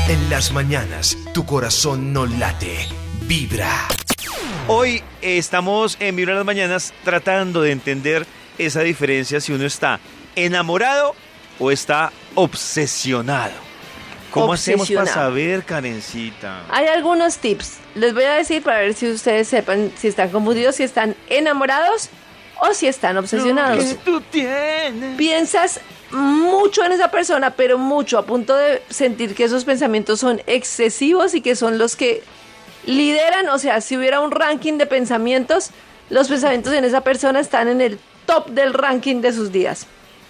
En las mañanas, tu corazón no late, vibra. Hoy estamos en Vibra en las Mañanas tratando de entender esa diferencia si uno está enamorado o está obsesionado. ¿Cómo hacemos para saber, Karencita? Hay algunos tips. Les voy a decir para ver si ustedes sepan si están confundidos, si están enamorados o si están obsesionados. ¿Qué tú tienes? Piensas mucho en esa persona, pero mucho, a punto de sentir que esos pensamientos son excesivos y que son los que lideran. O sea, si hubiera un ranking de pensamientos, los pensamientos en esa persona están en el top del ranking de sus días.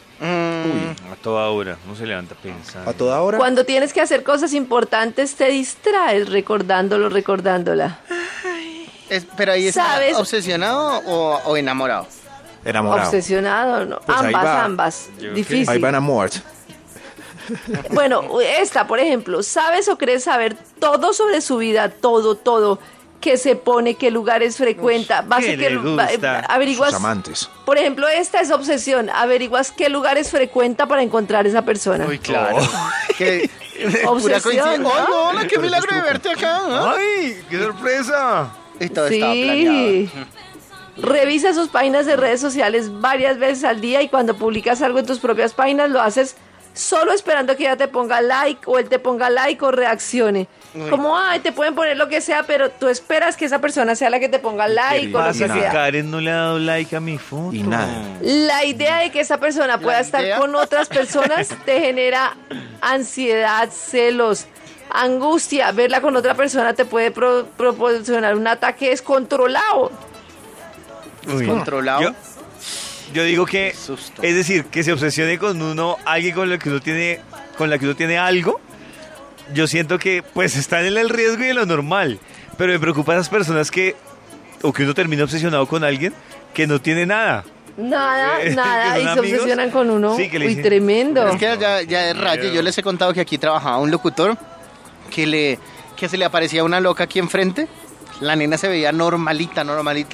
A toda hora, no se levanta a pensar. ¿A toda hora? Cuando tienes que hacer cosas importantes, te distraes recordándola. Pero ahí está, ¿sabes? ¿Obsesionado o enamorado? Enamorado. Obsesionado, ¿no? Pues ambas. Difícil. Ahí van a muerte. Bueno, esta, por ejemplo, ¿sabes o crees saber todo sobre su vida? Todo. ¿Qué se pone? ¿Qué lugares frecuenta? ¿Qué le gusta? Averiguas. Sus amantes. Por ejemplo, esta es obsesión. Averiguas qué lugares frecuenta para encontrar esa persona. Uy, claro. Que, pura Obsesión, coincidencia. ¿no? ¡Ay, no, hola, qué milagro de verte acá! ¿no? ¡Ay, qué sorpresa! Y todo estaba planeado. Revisa sus páginas de redes sociales varias veces al día y cuando publicas algo en tus propias páginas lo haces solo esperando que ella te ponga like o él te ponga like o reaccione. Como, te pueden poner lo que sea, pero tú esperas que esa persona sea la que te ponga like o lo que Pasa que sea. Karen no le ha dado like a mi foto. Y nada. La idea de que esa persona pueda estar con otras personas te genera ansiedad, celos, angustia. Verla con otra persona te puede proporcionar un ataque descontrolado. Controlado. Yo digo que, Susto. es decir, que se obsesione con alguien con la que uno tiene algo. Yo siento que pues están en el riesgo y en lo normal, pero me preocupa esas personas que uno termina obsesionado con alguien que no tiene nada. Nada, Que y son se amigos. obsesionan con uno. Sí, que le Uy, dicen- tremendo. Es que ya es rayo. Yo les he contado que aquí trabajaba un locutor que se le aparecía una loca aquí enfrente. La nena se veía normalita.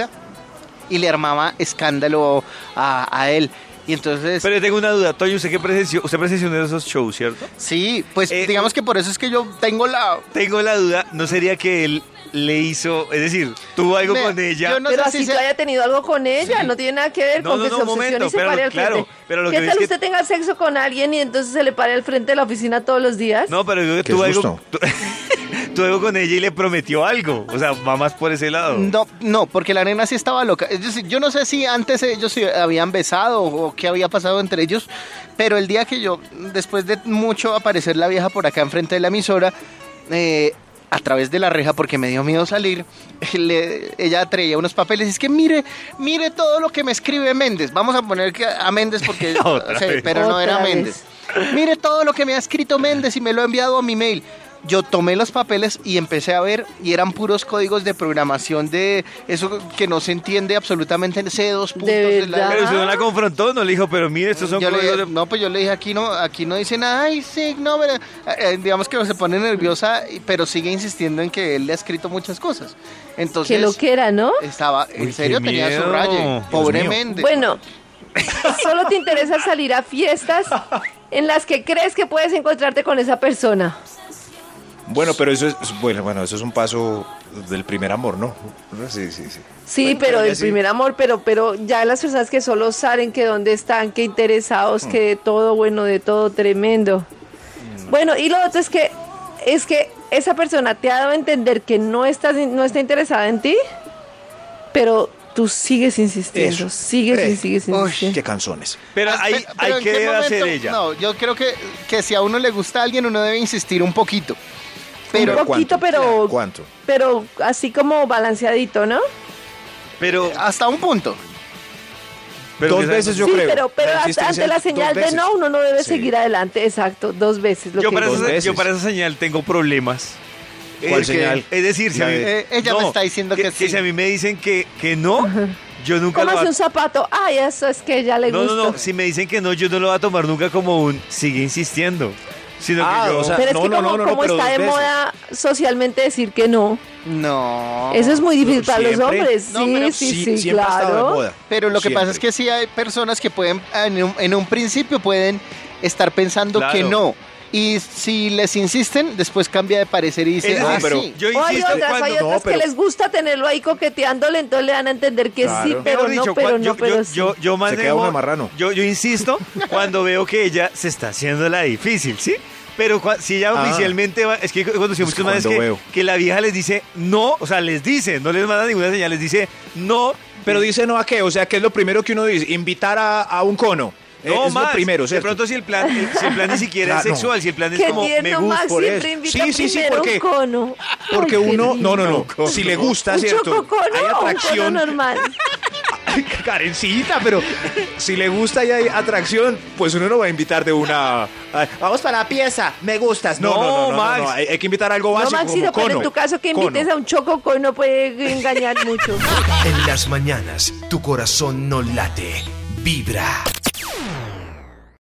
Y le armaba escándalo a él. Y entonces... Pero yo tengo una duda, Toño, usted presenció en esos shows, ¿cierto? Sí, pues digamos que por eso es que yo tengo Tengo la duda, ¿no sería que él le hizo, es decir, tuvo algo Vea, con ella? yo no Pero sé así si que haya tenido algo con ella, no tiene nada que ver No, con no, que no, se un obsesione momento, y se pero pare al claro, frente. pero lo que ¿Qué ves tal que- usted tenga sexo con alguien y entonces se le pare al frente de la oficina todos los días? No, pero yo Qué tuvo algo, susto. tuvo algo con ella y le prometió algo, o sea, va más por ese lado. No, porque la nena sí estaba loca. Es decir, yo no sé si antes ellos se habían besado o qué había pasado entre ellos, pero el día que yo, después de mucho aparecer la vieja por acá enfrente de la emisora, a través de la reja, porque me dio miedo salir, ella traía unos papeles y es que mire todo lo que me escribe Méndez. Vamos a poner que a Méndez porque Otra vez. pero no era Otra vez. Méndez. Mire todo lo que me ha escrito Méndez y me lo ha enviado a mi mail. Yo tomé los papeles y empecé a ver y eran puros códigos de programación de eso que no se entiende absolutamente. C2 puntos. ¿De verdad? Pero usted no la confrontó, no le dijo, pero mire, estos son Yo le códigos dije, de... no, pues yo le dije, aquí no dice nada. Ay, sí, no, pero, digamos que se pone nerviosa, pero sigue insistiendo en que él le ha escrito muchas cosas. Entonces, Que lo que era, ¿no? estaba, en Uy, serio, qué tenía su miedo. raye. Dios Pobre mío. Méndez. Bueno, solo te interesa salir a fiestas en las que crees que puedes encontrarte con esa persona. Bueno, pero eso es eso es un paso del primer amor, ¿no? Sí. Sí, Bueno, pero ya del sí. primer amor, pero ya las personas que solo salen, que dónde están, que interesados, que de todo bueno, de todo tremendo. Bueno, y lo otro es que esa persona te ha dado a entender que no está interesada en ti, pero tú sigues insistiendo, Eso. sigues insistiendo. Qué canzones. Pero Ah, hay pero ¿en que qué debe hacer momento? ella. No, yo creo que si a uno le gusta a alguien, uno debe insistir un poquito. Pero Un poquito, ¿Cuánto? pero así como balanceadito, ¿no? Pero, hasta un punto. pero Dos que- veces yo sí, creo. pero La ante insistencia la dos señal de veces. no, uno no debe Sí. seguir adelante, exacto, 2 veces. Lo Yo que para, Dos esa, veces. yo para esa señal tengo problemas. ¿Cuál Es señal? Es decir, si a mí, Ella me está diciendo que sí. si a mí me dicen que no, yo nunca lo Cómase voy un zapato, ay, eso es que ya le No, gusta. no, si me dicen que no, yo no lo voy a tomar nunca como un sigue insistiendo. Sino Ah, que yo... o sea, Pero es no, que no, como, no, no, como pero está dos de veces. moda socialmente decir que no, No. eso es muy difícil para los siempre. hombres. No, pero Sí, siempre ha estado de claro. moda. Pero lo que Siempre. pasa es que sí hay personas que pueden, en un principio pueden estar pensando Claro. que no. Y si les insisten, después cambia de parecer y dice, Es decir, pero sí. yo O hay insisto otras, hay cuando... otras pero- que les gusta tenerlo ahí coqueteándole, entonces le dan a entender que Claro. sí, pero Mejor no, dicho, pero cua- no, yo, pero yo, sí. yo, yo manejo, queda uno de marrano. yo insisto cuando veo que ella se está haciendo la difícil, ¿sí? Pero si ella Ah. oficialmente va, es que cuando se muchos manes cuando veo. que la vieja les dice no, o sea, les dice, no les manda ninguna señal, les dice no, Pero dice no a qué, o sea, ¿qué es lo primero que uno dice? Invitar a un cono. no Es más. lo primero, De ¿cierto? pronto si el plan ni siquiera es Claro, no. sexual, si el plan es Qué como me tierno, gusta. Max, por siempre eso. invita Sí, sí, sí, primero porque- un cono. Porque Ay, qué uno, lindo. no, si le gusta, Un ¿cierto? chococono Hay o un cono atracción. normal. Karencita, pero si le gusta y hay atracción, pues uno no va a invitar de una... "Ay, vamos para la pieza, me gustas. No, No, Max. Hay que invitar algo No, básico Maxito, como pero en cono. tu caso que invites Cono. a un chococono puede engañar mucho. En las mañanas, tu corazón no late, vibra.